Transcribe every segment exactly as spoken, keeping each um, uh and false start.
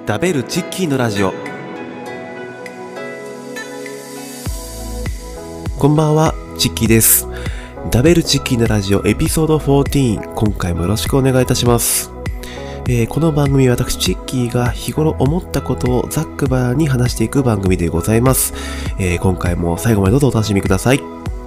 食べるチッキーのラジオ。こんばんは、チッキーです。食べるチッキーのラジオエピソードじゅうよん、今回もよろしくお願いいたします。えー、この番組は私チッキーが日頃思ったことをざっくばらんに話していく番組でございます。えー、今回も最後までどうぞお楽しみください。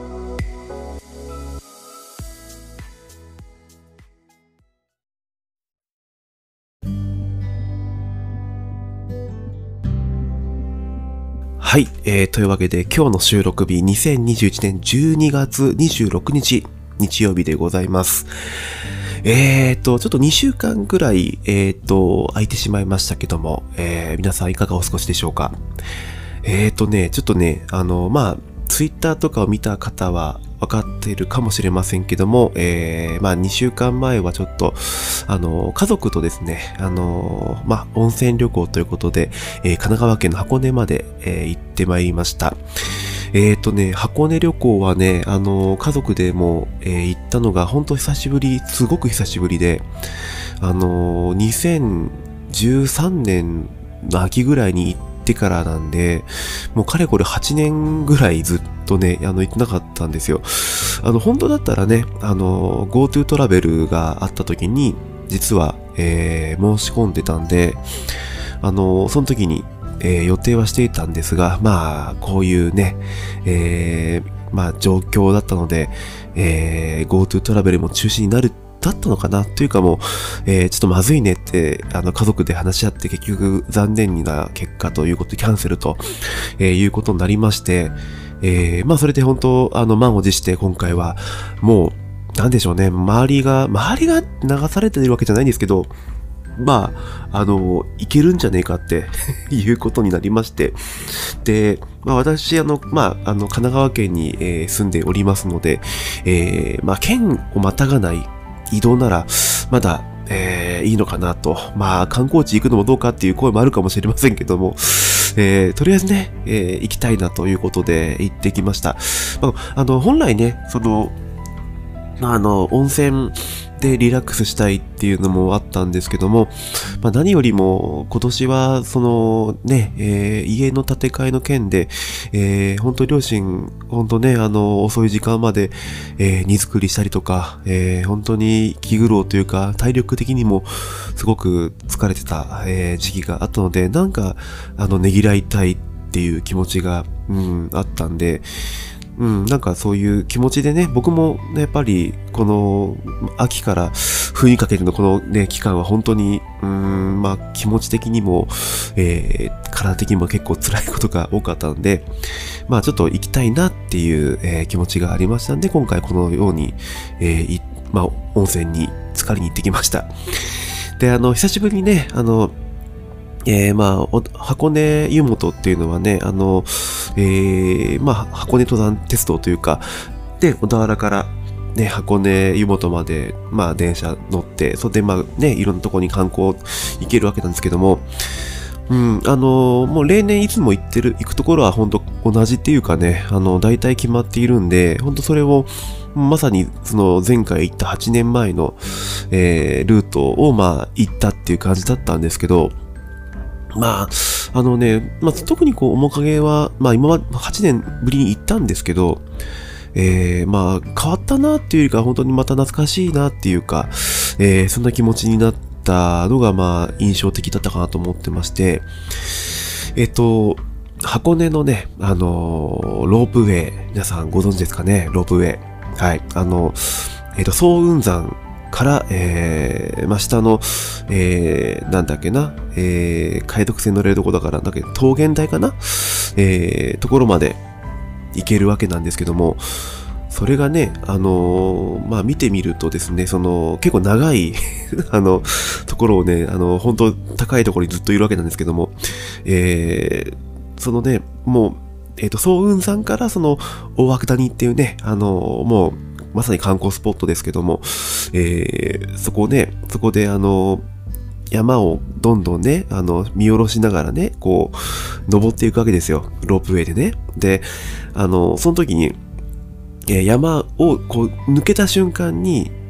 はい、えー、というわけで今日の収録日にせんにじゅういちねんじゅうにがつにじゅうろくにち日曜日でございます。えーとちょっとにしゅうかんぐらいえーと空いてしまいましたけども、えー、皆さんいかがお過ごしでしょうか。えーとねちょっとねあのまあツイッターとかを見た方は分かっているかもしれませんけども、えー、まあにしゅうかんまえはちょっとあの家族とですねあのまあ温泉旅行ということで、えー、神奈川県の箱根まで、えー、行ってまいりました。えーとね箱根旅行はねあの家族でも、えー、行ったのが本当久しぶり、すごく久しぶりで、あのにせんじゅうさんねんの秋ぐらいに行ってからなんで、もうかれこれはちねんぐらいずっとね、あの、行ってなかったんですよ。あの、本当だったらね、あの、GoTo トラベルがあった時に、実は、えー、申し込んでたんで、あの、その時に、えー、予定はしていたんですが、まあ、こういうね、えー、まあ、状況だったので、えー、GoTo トラベルも中止になるだったのかなというかもう、えー、ちょっとまずいねってあの家族で話し合って結局残念な結果ということでキャンセルと、えー、いうことになりまして、えー、まあそれで本当あの満を持して今回はもうなんでしょうね、周りが周りが流されているわけじゃないんですけど、まあ、あの、いけるんじゃねえかっていうことになりまして。で、まあ私、あの、まあ、あの、神奈川県に、えー、住んでおりますので、えー、まあ、県をまたがない移動なら、まだ、えー、いいのかなと。まあ、観光地行くのもどうかっていう声もあるかもしれませんけども、えー、とりあえずね、えー、行きたいなということで行ってきました。まあ、あの、本来ね、その、まあ、あの、温泉でリラックスしたいっていうのもあったんですけども、まあ、何よりも今年はそのね、えー、家の建て替えの件で、えー、本当両親本当ねあの遅い時間まで、えー、荷造りしたりとか、えー、本当に気苦労というか体力的にもすごく疲れてた、えー、時期があったので、なんかあのねぎらいたいっていう気持ちが、うん、あったんで。うん、なんかそういう気持ちでね、僕もね、やっぱりこの秋から冬にかけてのこのね、期間は本当に、うーん、まあ気持ち的にも、えー、体的にも結構辛いことが多かったんで、まあちょっと行きたいなっていう、えー、気持ちがありましたんで、今回このように、えー、まあ温泉に浸かりに行ってきました。で、あの、久しぶりにね、あの、えー、まあ、箱根湯本っていうのはね、あの、えー、まあ、箱根登山鉄道というか、で、小田原からね、箱根湯本まで、まあ、電車乗って、それで、まあ、ね、いろんなとこに観光行けるわけなんですけども、うん、あの、もう例年いつも行ってる、行くところは本当同じっていうかね、あの、大体決まっているんで、本当それを、まさに、その、前回行ったはちねんまえの、えー、ルートを、まあ、行ったっていう感じだったんですけど、まあ、あのね、まあ、特にこう、面影は、まあ、今ははちねんぶりに行ったんですけど、えー、まあ、変わったなっていうよりか、本当にまた懐かしいなっていうか、えー、そんな気持ちになったのが、まあ、印象的だったかなと思ってまして、えっと、箱根のね、あのー、ロープウェイ、皆さんご存知ですかね、ロープウェイ。はい、あの、えっと、早雲山、から、えー、まあ、下の、えー、なんだっけな、えー、海徳線乗れるとこだから、だっけ、桃源台かな、えー、ところまで行けるわけなんですけども、それがね、あのー、まあ、見てみるとですね、その、結構長い、あの、ところをね、あの、本当高いところにずっといるわけなんですけども、えー、そのね、もう、えっと、早雲山からその、大涌谷っていうね、あのー、もう、まさに観光スポットですけども、えー、そこね、そこであの、山をどんどんね、あの、見下ろしながらね、こう、登っていくわけですよ。ロープウェイでね。で、あの、その時に、えー、山をこう、抜けた瞬間に、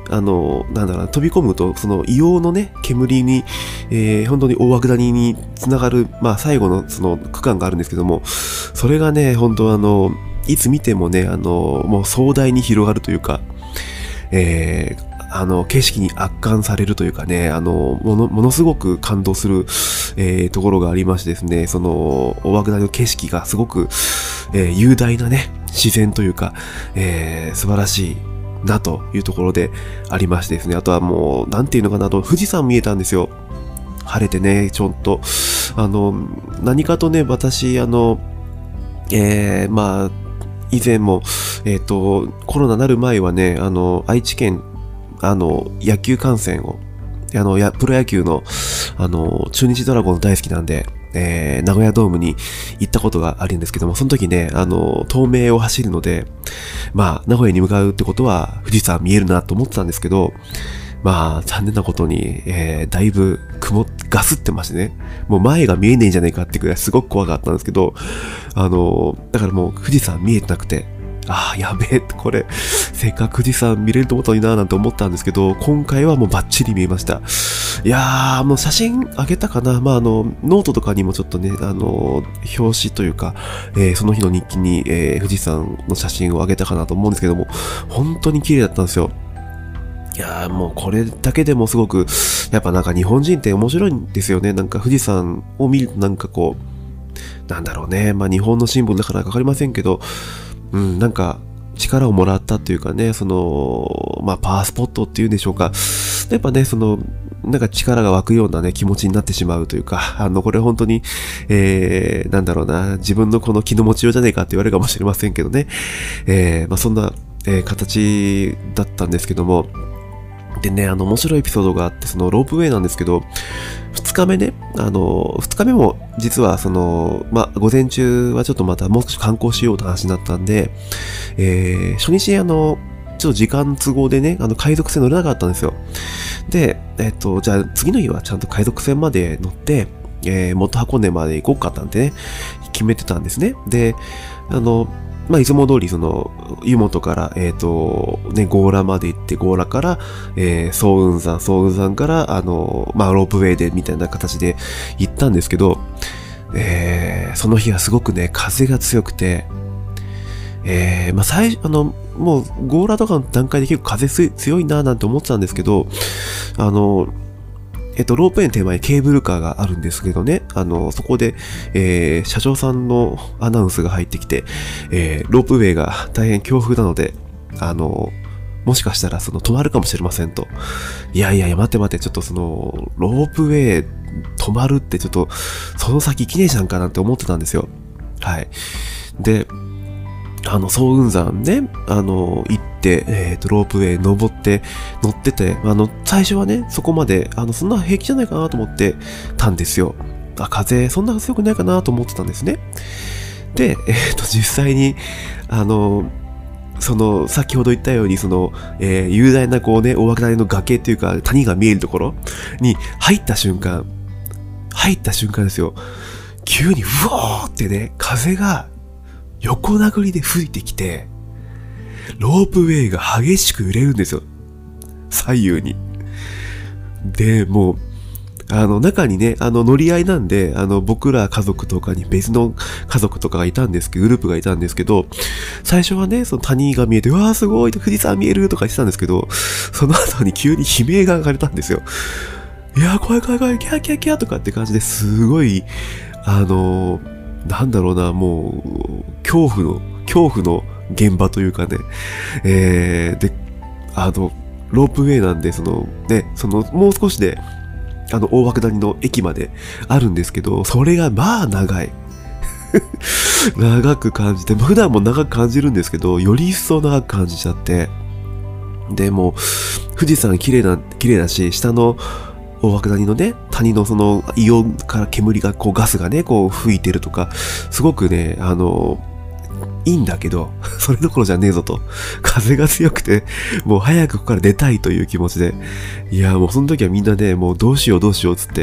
あの、なんだろうな、飛び込むと、その硫黄のね、煙に、えー、本当に大涌谷につながる、まあ最後のその区間があるんですけども、それがね、本当あの、いつ見てもね、あの、もう壮大に広がるというか、えー、あの、景色に圧巻されるというかね、あの、もの、ものすごく感動する、えー、ところがありましてですね、その、大涌谷の景色がすごく、えー、雄大なね、自然というか、えー、素晴らしいなというところでありましてですね、あとはもう、なんていうのかなと、富士山見えたんですよ。晴れてね、ちょっと、あの、何かとね、私、あの、えー、まあ、以前も、えっと、コロナなる前はね、あの、愛知県、あの、野球観戦を、あの、や、プロ野球の、あの、中日ドラゴン大好きなんで、えー、名古屋ドームに行ったことがあるんですけども、その時ね、あの、東名を走るので、まあ、名古屋に向かうってことは、富士山見えるなと思ってたんですけど、まあ、残念なことに、えー、だいぶ曇っ、ガスってましてね、もう前が見えねえんじゃないかってくらいすごく怖かったんですけど、あの、だからもう富士山見えてなくて、ああ、やべえ、これ、せっかく富士山見れると思ったのになーなんて思ったんですけど、今回はもうバッチリ見えました。いやー、もう写真あげたかな。まあ、あの、ノートとかにもちょっとね、あの、表紙というか、えー、その日の日記に、えー、富士山の写真をあげたかなと思うんですけども、本当に綺麗だったんですよ。いやーもうこれだけでもすごく、やっぱなんか日本人って面白いんですよね。なんか富士山を見るとなんかこう、なんだろうね。まあ日本のシンボルだからかわかりませんけど、うん、なんか力をもらったっていうかね、その、まあパワースポットっていうんでしょうか。やっぱね、その、なんか力が湧くようなね、気持ちになってしまうというか、あの、これ本当に、えー、なんだろうな、自分のこの気の持ちようじゃねえかって言われるかもしれませんけどね。えー、まあそんな、えー、形だったんですけども、でね、あの、面白いエピソードがあって、そのロープウェイなんですけど、二日目ね、あの、二日目も実はその、まあ、午前中はちょっとまたもう少し観光しようって話になったんで、えー、初日あの、ちょっと時間都合でね、あの、海賊船乗れなかったんですよ。で、えっと、じゃあ次の日はちゃんと海賊船まで乗って、えー、元箱根まで行こうかなんてね、決めてたんですね。で、あの、まあ、いつも通り、その、湯本から、えっと、ね、強羅まで行って、強羅から、えー、総雲山、総雲山から、あの、まあ、ロープウェイで、みたいな形で行ったんですけど、えー、その日はすごくね、風が強くて、えー、まあ、最初、あの、もう、強羅とかの段階で結構風強いなぁなんて思ってたんですけど、あの、えっと、ロープウェイの手前にケーブルカーがあるんですけどね、あの、そこで、えー、社長さんのアナウンスが入ってきて、えー、ロープウェイが大変強風なので、あの、もしかしたらその止まるかもしれませんと。いやいやいや、待って待って、ちょっとその、ロープウェイ止まるってちょっと、その先行きねえじゃんかなんて思ってたんですよ。はい。で、あの、総雲山ね、あの、行って、えっと、ロープウェイ登って、乗ってて、あの、最初はね、そこまで、あの、そんな平気じゃないかなと思ってたんですよ。あ、風、そんな強くないかなと思ってたんですね。で、えっと、実際に、あの、その、先ほど言ったように、その、えー、雄大なこうね、大涌谷の崖っていうか、谷が見えるところに入った瞬間、入った瞬間ですよ。急に、うわーってね、風が、横殴りで吹いてきて、ロープウェイが激しく揺れるんですよ。左右に。で、もう、あの、中にね、あの、乗り合いなんで、あの、僕ら家族とかに別の家族とかがいたんですけど、グループがいたんですけど、最初はね、その谷が見えて、うわーすごい、富士山見えるとか言ってたんですけど、その後に急に悲鳴が上がれたんですよ。いやー、怖い怖い怖い、キャーキャーキャーとかって感じですごい、あのー、なんだろうな、もう、恐怖の、恐怖の現場というかね、えー、で、あの、ロープウェイなんで、その、ね、その、もう少しで、あの、大涌谷の駅まであるんですけど、それが、まあ、長い。長く感じて、普段も長く感じるんですけど、より一層長く感じちゃって、で、もう、富士山綺麗な、綺麗だし、下の、大涌谷のね、谷のその硫黄から煙がこうガスがね、こう吹いてるとか、すごくね、あの、いいんだけど、それどころじゃねえぞと。風が強くて、もう早くここから出たいという気持ちで、いや、もうその時はみんなね、もうどうしようどうしようつって、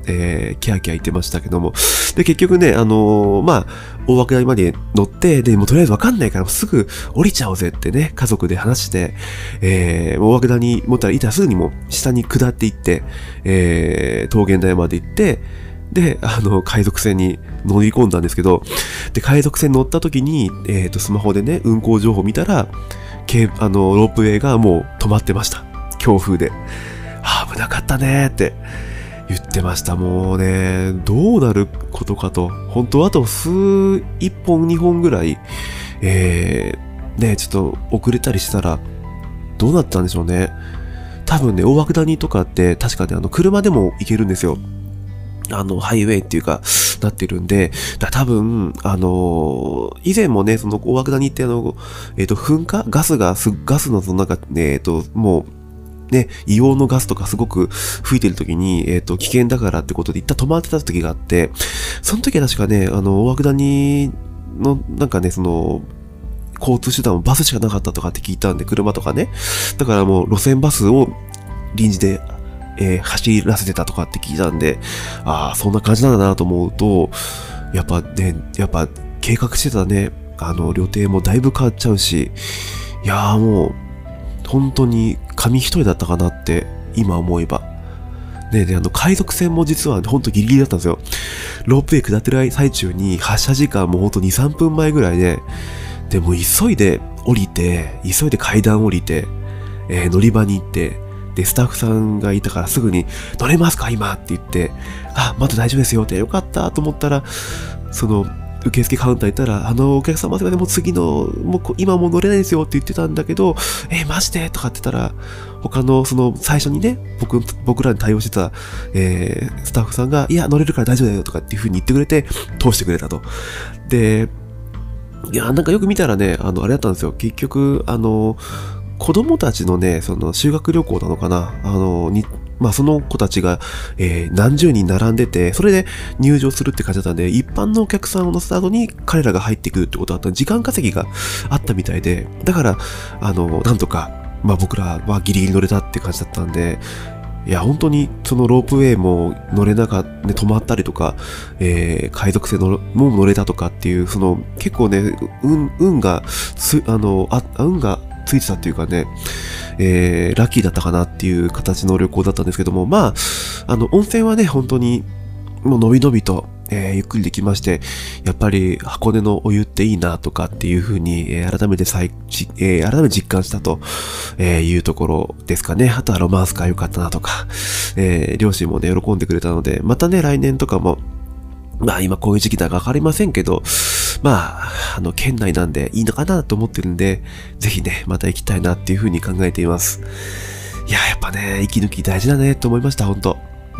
えー、キャーキャー言ってましたけども。で、結局ね、あのー、まあ、大涌谷まで乗って、で、もうとりあえずわかんないからすぐ降りちゃおうぜってね、家族で話して、えー、大涌谷に持ったらいたらすぐにも下に下っていって、えー、桃源台まで行って、で、あの、海賊船に乗り込んだんですけど、で、海賊船乗った時に、えっと、スマホでね、運行情報見たら、けあの、ロープウェイがもう止まってました。強風で。あ、危なかったねーって言ってました。もうね、どうなることかと。本当あと数、一本二本ぐらい、えー、ね、ちょっと遅れたりしたら、どうなったんでしょうね。多分ね、大涌谷とかって、確かね、あの、車でも行けるんですよ。あの、ハイウェイっていうか、なってるんで、だ多分、あのー、以前もね、その大涌谷ってあの、えっと、噴火ガスが、ガスのその中、ね、えっと、もう、ね、硫黄のガスとかすごく吹いてる時に、えっと、危険だからってことで一旦止まってた時があって、その時は確かね、あの、大涌谷の、なんかね、その、交通手段もバスしかなかったとかって聞いたんで、車とかね。だからもう路線バスを臨時で、えー、走らせてたとかって聞いたんで、ああ、そんな感じなんだなと思うと、やっぱね、やっぱ計画してたね、あの、旅程もだいぶ変わっちゃうし、いやーもう、本当に紙一重だったかなって、今思えば。ね、で、あの、海賊船も実は本当ギリギリだったんですよ。ロープウェイ下ってる最中に発車時間も本当に、さんぷんまえぐらいで、で、もう急いで降りて、急いで階段降りて、えー、乗り場に行って、で、スタッフさんがいたからすぐに、乗れますか今って言って、あ、まだ大丈夫ですよって、よかったと思ったら、その、受付カウンター行ったら、あの、お客様すいません、もう次の、もう今もう乗れないですよって言ってたんだけど、えー、マジでとかって言ったら、他の、その、最初にね、僕、僕らに対応してた、えー、スタッフさんが、いや、乗れるから大丈夫だよとかっていう風に言ってくれて、通してくれたと。で、いや、なんかよく見たらね、あの、あれだったんですよ。結局、あの、子供たちのね、その修学旅行なのかな、あの、に、まあその子たちが、えー、何十人並んでて、それで入場するって感じだったんで、一般のお客さんを乗せた後に彼らが入ってくるってことだったんで、時間稼ぎがあったみたいで、だから、あの、なんとか、まあ僕らはギリギリ乗れたって感じだったんで、いや、本当に、そのロープウェイも乗れなかった、ね、止まったりとか、えー、海賊船のも乗れたとかっていう、その、結構ね、運、運が、つ、あの、あ、運が、ついてたっていうかね、えー、ラッキーだったかなっていう形の旅行だったんですけども、まあ、あの、温泉はね、本当に、もうのびのびと、えー、ゆっくりできまして、やっぱり箱根のお湯っていいなとかっていう風に、えー、改めて再、えー、改めて実感したと、えー、いうところですかね。あとはロマンスカー良かったなとか、えー、両親もね、喜んでくれたので、またね、来年とかも、まあ今こういう時期だかわかりませんけど、まあ、あの、県内なんでいいのかなと思ってるんで、ぜひね、また行きたいなっていう風に考えています。いや、やっぱね、息抜き大事だねと思いました、ほんと。うん。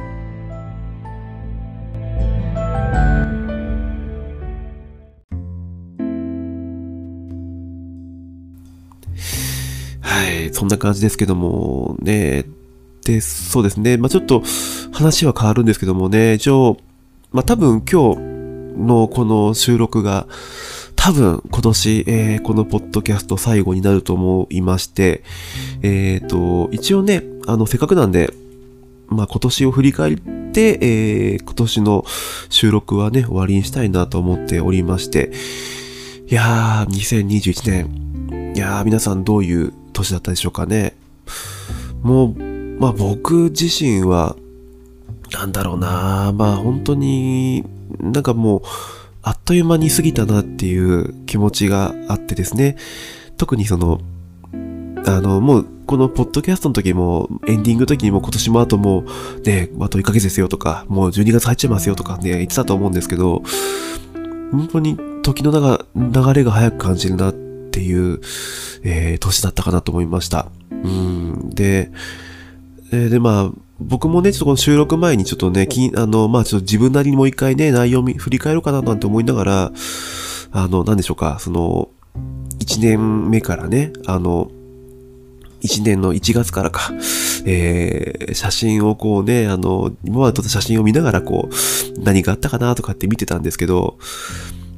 はい、そんな感じですけども、ね、で、そうですね、まあちょっと話は変わるんですけどもね、一応、まあ多分今日のこの収録が、多分今年、えー、このポッドキャスト最後になると思いまして、えっと、一応ね、あの、せっかくなんで、まあ今年を振り返って、えー、今年の収録はね、終わりにしたいなと思っておりまして、いやー、にせんにじゅういちねん、いやー、皆さんどういう年だったでしょうかね。もう、まあ僕自身は、なんだろうな、まあ本当に、なんかもう、あっという間に過ぎたなっていう気持ちがあってですね。特にその、あの、もう、このポッドキャストの時も、エンディングの時にも今年もあともう、ね、あといっかげつですよとか、もうじゅうにがつ入っちゃいますよとかね、言ってたと思うんですけど、本当に時の流れが早く感じるなっていう、えー、年だったかなと思いました。うん。で、えー、で、まあ、僕もね、ちょっとこの収録前にちょっとね、きあの、まあちょっと自分なりにもう一回ね、内容を振り返ろうかななんて思いながら、あの、なんでしょうか、その、一年目からね、あの、一年のいちがつからか、えー、写真をこうね、あの、今まで撮った写真を見ながらこう、何があったかなとかって見てたんですけど、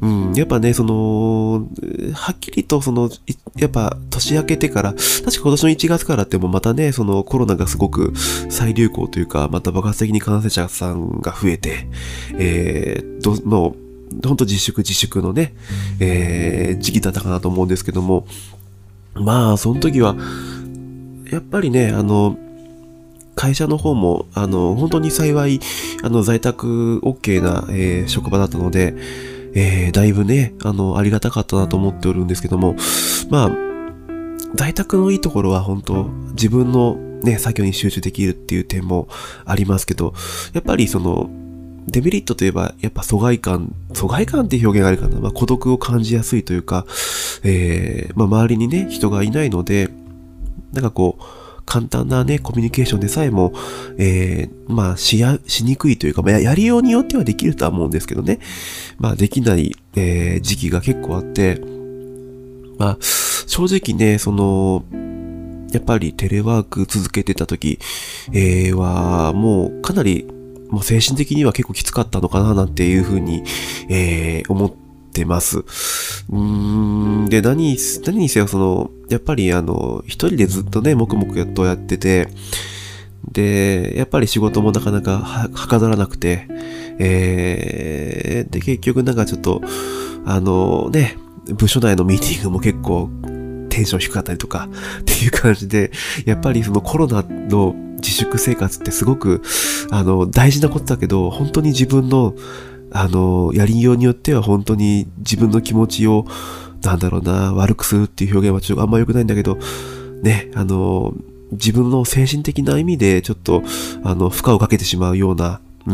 うん、やっぱね、その、はっきりとその、やっぱ年明けてから、確か今年のいちがつからってもまたね、そのコロナがすごく再流行というか、また爆発的に感染者さんが増えて、えー、ど、もう、ほんと自粛自粛のね、えー、時期だったかなと思うんですけども、まあ、その時は、やっぱりね、あの、会社の方も、あの、本当に幸い、あの、在宅 OK な、えー、職場だったので、えー、だいぶね、あの、ありがたかったなと思っておるんですけども、まあ、在宅のいいところは本当、自分のね、作業に集中できるっていう点もありますけど、やっぱりその、デメリットといえば、やっぱ疎外感、疎外感っていう表現があるかな、まあ、孤独を感じやすいというか、えー、まあ、周りにね、人がいないので、なんかこう、簡単なね、コミュニケーションでさえも、えー、まあ、しや、しにくいというか、まあ、やりようによってはできるとは思うんですけどね。まあ、できない、えー、時期が結構あって、まあ、正直ね、その、やっぱりテレワーク続けてた時、えー、は、もうかなり、もう精神的には結構きつかったのかな、なんていうふうに、えー、思ってます。うーん、で、何、何にせよ、その、やっぱりあの、一人でずっとね、黙々とやってて、で、やっぱり仕事もなかなかは、はかどらなくて、えー、で、結局なんかちょっと、あのね、部署内のミーティングも結構テンション低かったりとかっていう感じで、やっぱりそのコロナの自粛生活ってすごく、あの、大事なことだけど、本当に自分の、あの、やりようによっては本当に自分の気持ちを、なんだろうな、悪くするっていう表現はちょっとあんま良くないんだけど、ね、あの、自分の精神的な意味でちょっと、あの、負荷をかけてしまうような、うん、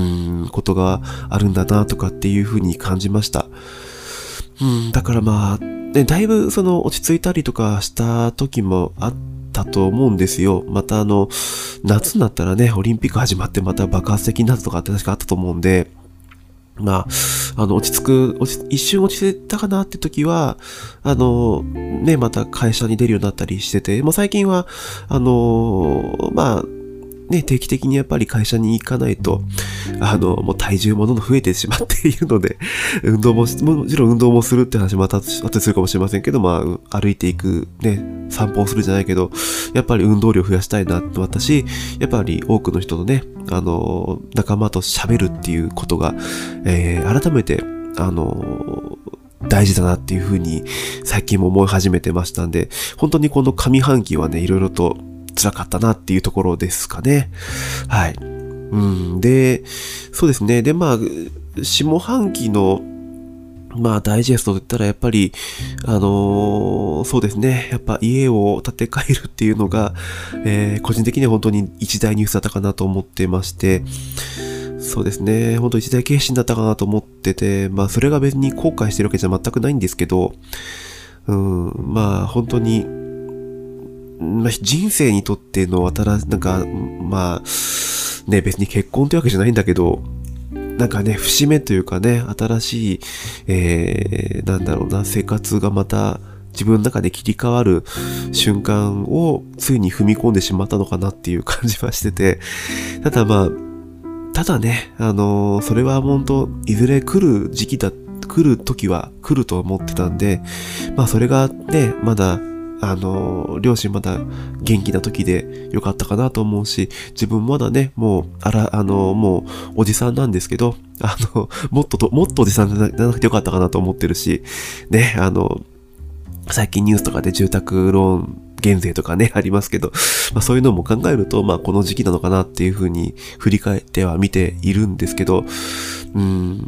ことがあるんだなとかっていうふうに感じました。うん、だからまあ、ね、だいぶその落ち着いたりとかした時もあったと思うんですよ。またあの、夏になったらね、オリンピック始まってまた爆発的になったとかって確かあったと思うんで、まあ、あの、落ち着く、落ち、一瞬落ち着いたかなって時は、あの、ね、また会社に出るようになったりしてて、もう最近は、あの、まあ、ね、定期的にやっぱり会社に行かないと、あの、もう体重もどんどん増えてしまっているので、運動も、もちろん運動もするって話もまた後でするかもしれませんけど、まあ、歩いていく、ね、散歩をするじゃないけど、やっぱり運動量増やしたいなと思ったし、やっぱり多くの人とね、あの、仲間と喋るっていうことが、えー、改めて、あの、大事だなっていうふうに最近も思い始めてましたんで、本当にこの上半期はね、いろいろと辛かったなっていうところですかね。はい。うん。で、そうですね。で、まあ、下半期の、まあ、ダイジェストと言ったら、やっぱり、あのー、そうですね。やっぱ家を建て替えるっていうのが、えー、個人的には本当に一大ニュースだったかなと思ってまして、そうですね。本当一大決心だったかなと思ってて、まあ、それが別に後悔してるわけじゃ全くないんですけど、うん、まあ、本当に、まあ、人生にとっての新しい、なんか、まあ、ね、別に結婚というわけじゃないんだけど、なんかね、節目というかね、新しい、えー、なんだろうな、生活がまた自分の中で切り替わる瞬間をついに踏み込んでしまったのかなっていう感じはしてて、ただまあ、ただね、あのー、それは本当いずれ来る時期だ、来る時は来ると思ってたんで、まあそれがね、まだ、あの、両親まだ元気な時でよかったかなと思うし、自分まだね、もう、あら、あの、もう、おじさんなんですけど、あの、もっとと、もっとおじさんじゃなくてよかったかなと思ってるし、ね、あの、最近ニュースとかで住宅ローン減税とかね、ありますけど、まあそういうのも考えると、まあこの時期なのかなっていうふうに振り返っては見ているんですけど、うん、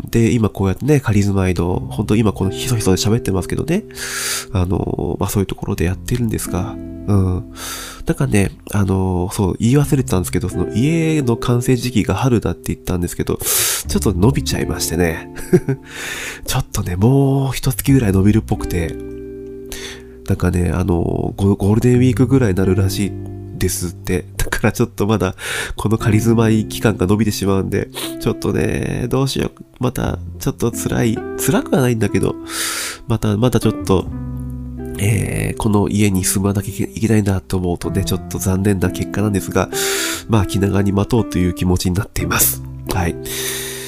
で、今こうやってね、仮住まいの、本当今このひそひそで喋ってますけどね、あの、まあそういうところでやってるんですが、うん。なんかね、あの、そう、言い忘れてたんですけど、その家の完成時期が春だって言ったんですけど、ちょっと伸びちゃいましてね。ちょっとね、もう一月ぐらい伸びるっぽくて、なんかね、あのゴ、ゴールデンウィークぐらいになるらしいですって。だからちょっとまだ、この仮住まい期間が伸びてしまうんで、ちょっとね、どうしよう。また、ちょっと辛い、辛くはないんだけど、また、またちょっと、えー、この家に住まなきゃいけないんだと思うとね、ちょっと残念な結果なんですが、まあ気長に待とうという気持ちになっています。はい。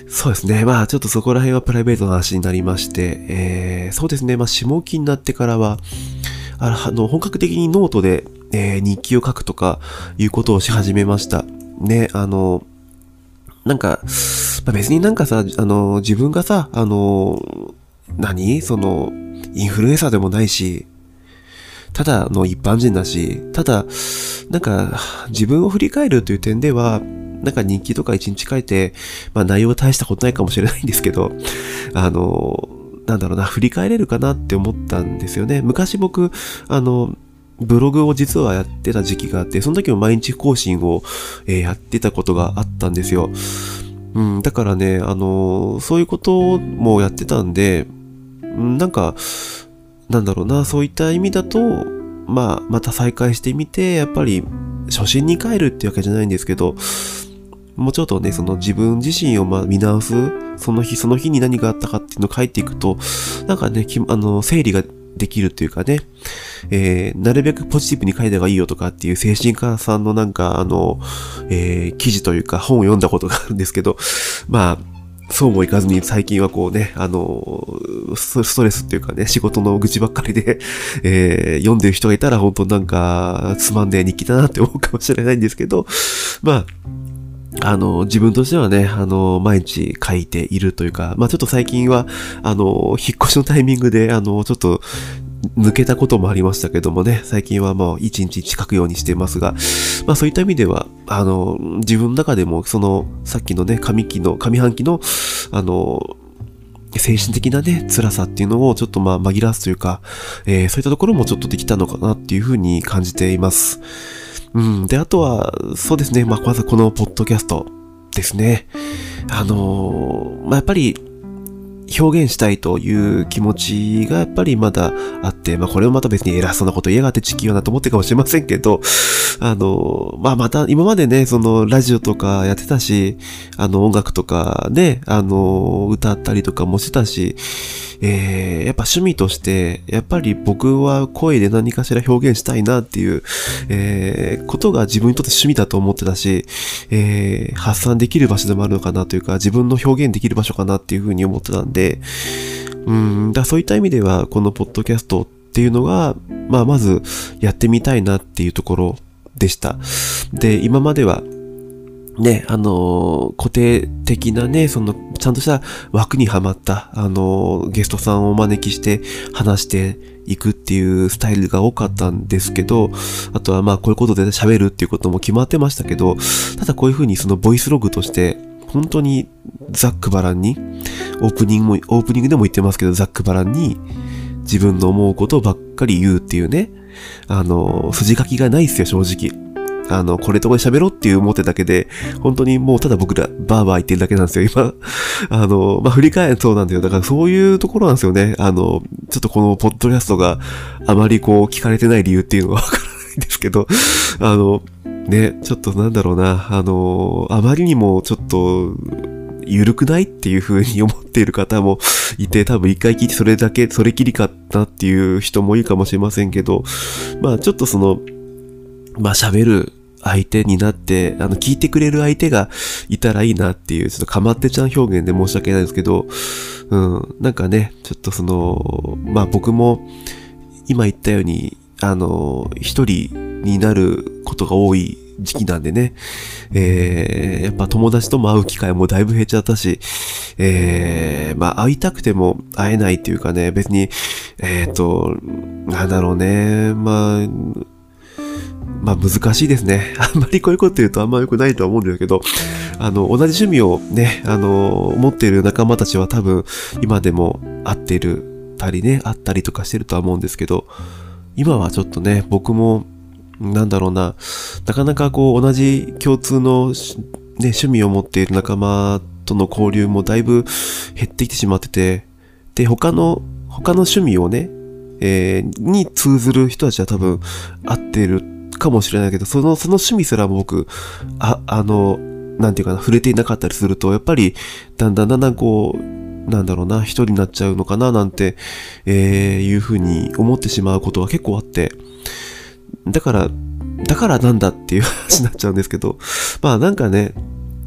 そうですね。まあちょっとそこら辺はプライベートな話になりまして、えー、そうですね。まあ下期になってからは、ああの、本格的にノートで、えー、日記を書くとかいうことをし始めました。ね、あの、なんか、まあ、別になんかさ、あの、自分がさ、あの、何その、インフルエンサーでもないし、ただの一般人だし、ただ、なんか、自分を振り返るという点では、なんか日記とか一日書いて、まあ内容は大したことないかもしれないんですけど、あの、なんだろうな、振り返れるかなって思ったんですよね。昔僕、あの、ブログを実はやってた時期があって、その時も毎日更新を、えーやってたことがあったんですよ。うん、だからね、あの、そういうこともやってたんで、うん、なんか、なんだろうな、そういった意味だと、まあ、また再開してみて、やっぱり、初心に帰るってわけじゃないんですけど、もうちょっとね、その自分自身をまあ見直す、その日その日に何があったかっていうのを書いていくと、なんかね、きあの、整理ができるというかね、えー、なるべくポジティブに書いた方がいいよとかっていう精神科さんのなんか、あの、えー、記事というか本を読んだことがあるんですけど、まあ、そうもいかずに最近はこうね、あの、ストレスっていうかね、仕事の愚痴ばっかりで、えー、読んでる人がいたら本当なんか、つまんねえ日記だなって思うかもしれないんですけど、まあ、あの、自分としてはね、あの、毎日書いているというか、まあちょっと最近は、あの、引っ越しのタイミングで、あの、ちょっと、抜けたこともありましたけどもね、最近はもう一日一書くようにしていますが、まあそういった意味では、あの、自分の中でも、その、さっきのね、上期の、上半期の、あの、精神的なね、辛さっていうのをちょっとまあ紛らわすというか、えー、そういったところもちょっとできたのかなっていうふうに感じています。うん。で、あとは、そうですね。まあ、まずこのポッドキャストですね。あのー、まあ、やっぱり、表現したいという気持ちがやっぱりまだあって、まあこれもまた別に偉そうなこと言いやがって地球はなと思ってるかもしれませんけど、あの、まあまた今までね、そのラジオとかやってたし、あの音楽とかね、あの歌ったりとかもしてたし、えー、やっぱ趣味として、やっぱり僕は声で何かしら表現したいなっていう、えー、ことが自分にとって趣味だと思ってたし、えー、発散できる場所でもあるのかなというか、自分の表現できる場所かなっていうふうに思ってたんで、うん、だそういった意味では、このポッドキャストっていうのが、まあまずやってみたいなっていうところでした。で、今までは、ね、あのー、固定的なね、その、ちゃんとした枠にはまった、あのー、ゲストさんをお招きして話していくっていうスタイルが多かったんですけど、あとはまあこういうことで喋るっていうことも決まってましたけど、ただこういうふうにそのボイスログとして、本当にざっくばらんに、オープニングも、オープニングでも言ってますけど、ざっくばらんに自分の思うことばっかり言うっていうね、あのー、筋書きがないっすよ、正直。あの、これとこれ喋ろうっていう思ってだけで、本当にもうただ僕らバーバー言ってるだけなんですよ、今。あの、まあ、振り返るそうなんだよ。だからそういうところなんですよね。あの、ちょっとこのポッドキャストがあまりこう聞かれてない理由っていうのはわからないんですけど、あの、ね、ちょっとなんだろうな、あの、あまりにもちょっと、緩くないっていう風に思っている方もいて、多分一回聞いてそれだけ、それきりかなっていう人もいいかもしれませんけど、まあちょっとその、まあ喋る相手になって、あの、聞いてくれる相手がいたらいいなっていう、ちょっとかまってちゃん表現で申し訳ないんですけど、うん、なんかね、ちょっとその、まあ僕も、今言ったように、あの、一人になることが多い時期なんでね、えー、やっぱ友達とも会う機会もだいぶ減っちゃったし、えー、まあ会いたくても会えないっていうかね、別に、えっと、なんだろうね、まあ、まあ難しいですね。あんまりこういうこと言うとあんま良くないとは思うんだけど、あの、同じ趣味をね、あの、持っている仲間たちは多分今でも会ってるたりね、会ったりとかしてるとは思うんですけど、今はちょっとね、僕も、なんだろうな、なかなかこう同じ共通の、ね、趣味を持っている仲間との交流もだいぶ減ってきてしまってて、で、他の、他の趣味をね、えー、に通ずる人たちは多分会ってるかもしれないけど、その、その趣味すらも僕、あ、あの、なんていうかな、触れていなかったりすると、やっぱり、だんだんだんだんこう、なんだろうな、一人になっちゃうのかな、なんて、えー、いうふうに思ってしまうことが結構あって、だから、だからなんだっていう話になっちゃうんですけど、まあなんかね、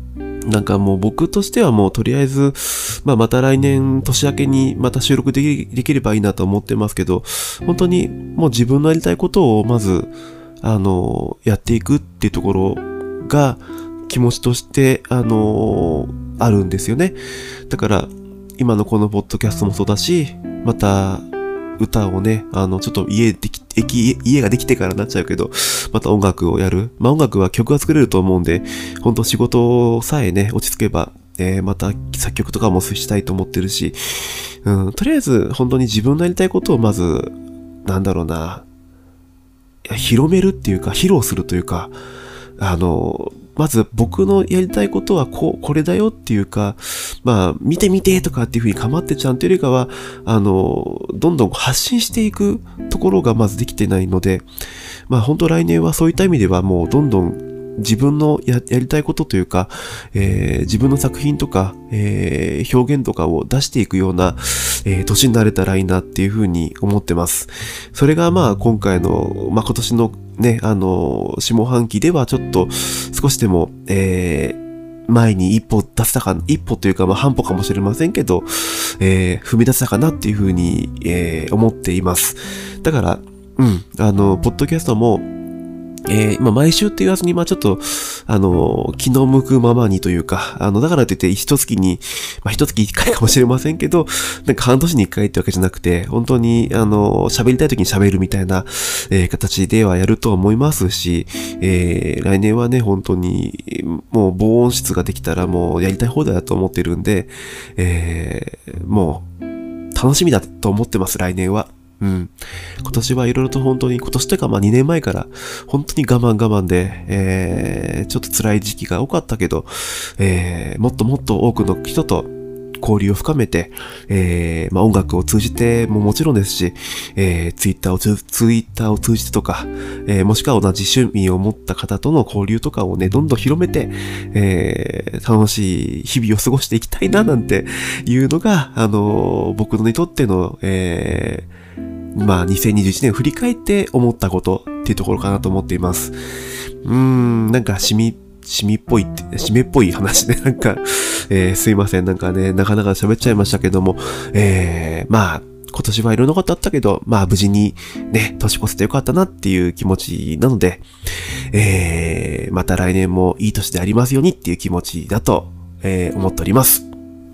なんかもう僕としてはもうとりあえず、まあまた来年年明けにまた収録でき、できればいいなと思ってますけど、本当にもう自分のやりたいことをまず、あの、やっていくっていうところが気持ちとして、あの、あるんですよね。だから、今のこのポッドキャストもそうだし、また、歌をね、あの、ちょっと家でき、家、家ができてからなっちゃうけど、また音楽をやる。まあ音楽は曲が作れると思うんで、本当仕事さえね、落ち着けば、えー、また作曲とかもしたいと思ってるし、うん、とりあえず本当に自分のやりたいことをまず、なんだろうな、いや広めるっていうか、披露するというか、あの、まず僕のやりたいことはこう、これだよっていうか、まあ、見てみてとかっていうふうに構ってちゃんというよりかは、あの、どんどん発信していくところがまずできてないので、まあ本当来年はそういった意味ではもうどんどん自分の や, やりたいことというか、えー、自分の作品とか、えー、表現とかを出していくような、えー、年になれたらいいなっていうふうに思ってます。それがまあ今回の、まあ今年のね、あの、下半期ではちょっと少しでも、えー、前に一歩出せたか、一歩というかまあ半歩かもしれませんけど、えー、踏み出せたかなっていうふうに、えー、思っています。だから、うん、あの、ポッドキャストも、えー、まあ、毎週って言わずに、まあ、ちょっと、あの、気の向くままにというか、あの、だからといって、一月に、まあ、一月一回かもしれませんけど、なんか半年に一回ってわけじゃなくて、本当に、あの、喋りたい時に喋るみたいな、えー、形ではやると思いますし、えー、来年はね、本当に、もう防音室ができたらもうやりたい放題だと思ってるんで、えー、もう、楽しみだと思ってます、来年は。うん。今年はいろいろと本当に、今年というかまあにねんまえから本当に我慢我慢で、えー、ちょっと辛い時期が多かったけど、えー、もっともっと多くの人と交流を深めて、えー、まあ音楽を通じてももちろんですし、えー、ツイッターをツイッターを通じてとか、えー、もしくは同じ趣味を持った方との交流とかをね、どんどん広めて、えー、楽しい日々を過ごしていきたいななんていうのが、あのー、僕のにとっての、えー、まあ、にせんにじゅういちねんを振り返って思ったことっていうところかなと思っています。うーん、なんか、しみ、しみっぽいって、締めっぽい話ね、なんか、えー、すいません、なんかね、なかなか喋っちゃいましたけども、えー、まあ、今年はいろんなことあったけど、まあ、無事にね、年越せてよかったなっていう気持ちなので、えー、また来年もいい年でありますようにっていう気持ちだと、えー、思っております。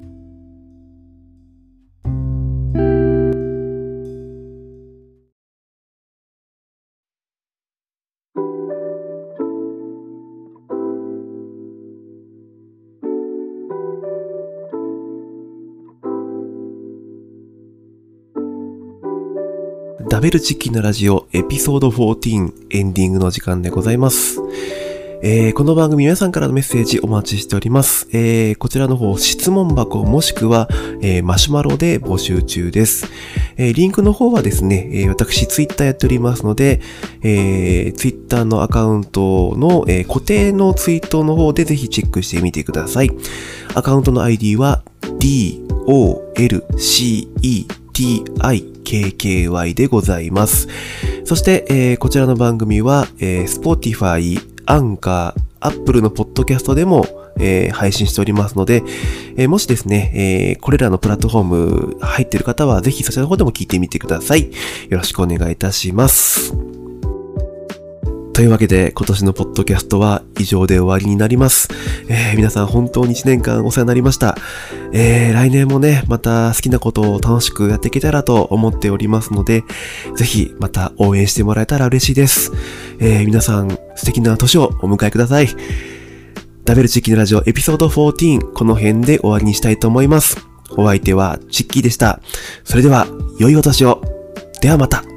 ダベルチキンのラジオエピソードじゅうよんエンディングの時間でございます。えー、この番組皆さんからのメッセージお待ちしております。えー、こちらの方質問箱もしくは、えー、マシュマロで募集中です。えー、リンクの方はですね、えー、私ツイッターやっておりますので、えー、ツイッターのアカウントの、えー、固定のツイートの方でぜひチェックしてみてください。アカウントの アイディー は ディー オー エル シー イー ティー アイ ケーケーワイ でございます。そして、えー、こちらの番組は、えー、Spotify、アンカー、Apple のポッドキャストでも、えー、配信しておりますので、えー、もしですね、えー、これらのプラットフォーム入っている方はぜひそちらの方でも聞いてみてください。よろしくお願いいたします。というわけで今年のポッドキャストは以上で終わりになります。えー、皆さん本当にいちねんかんお世話になりました。えー、来年もね、また好きなことを楽しくやっていけたらと思っておりますので、ぜひまた応援してもらえたら嬉しいです。えー、皆さん素敵な年をお迎えください。ダベルチッキーのラジオエピソードじゅうよん、この辺で終わりにしたいと思います。お相手はチッキーでした。それでは良いお年を。ではまた。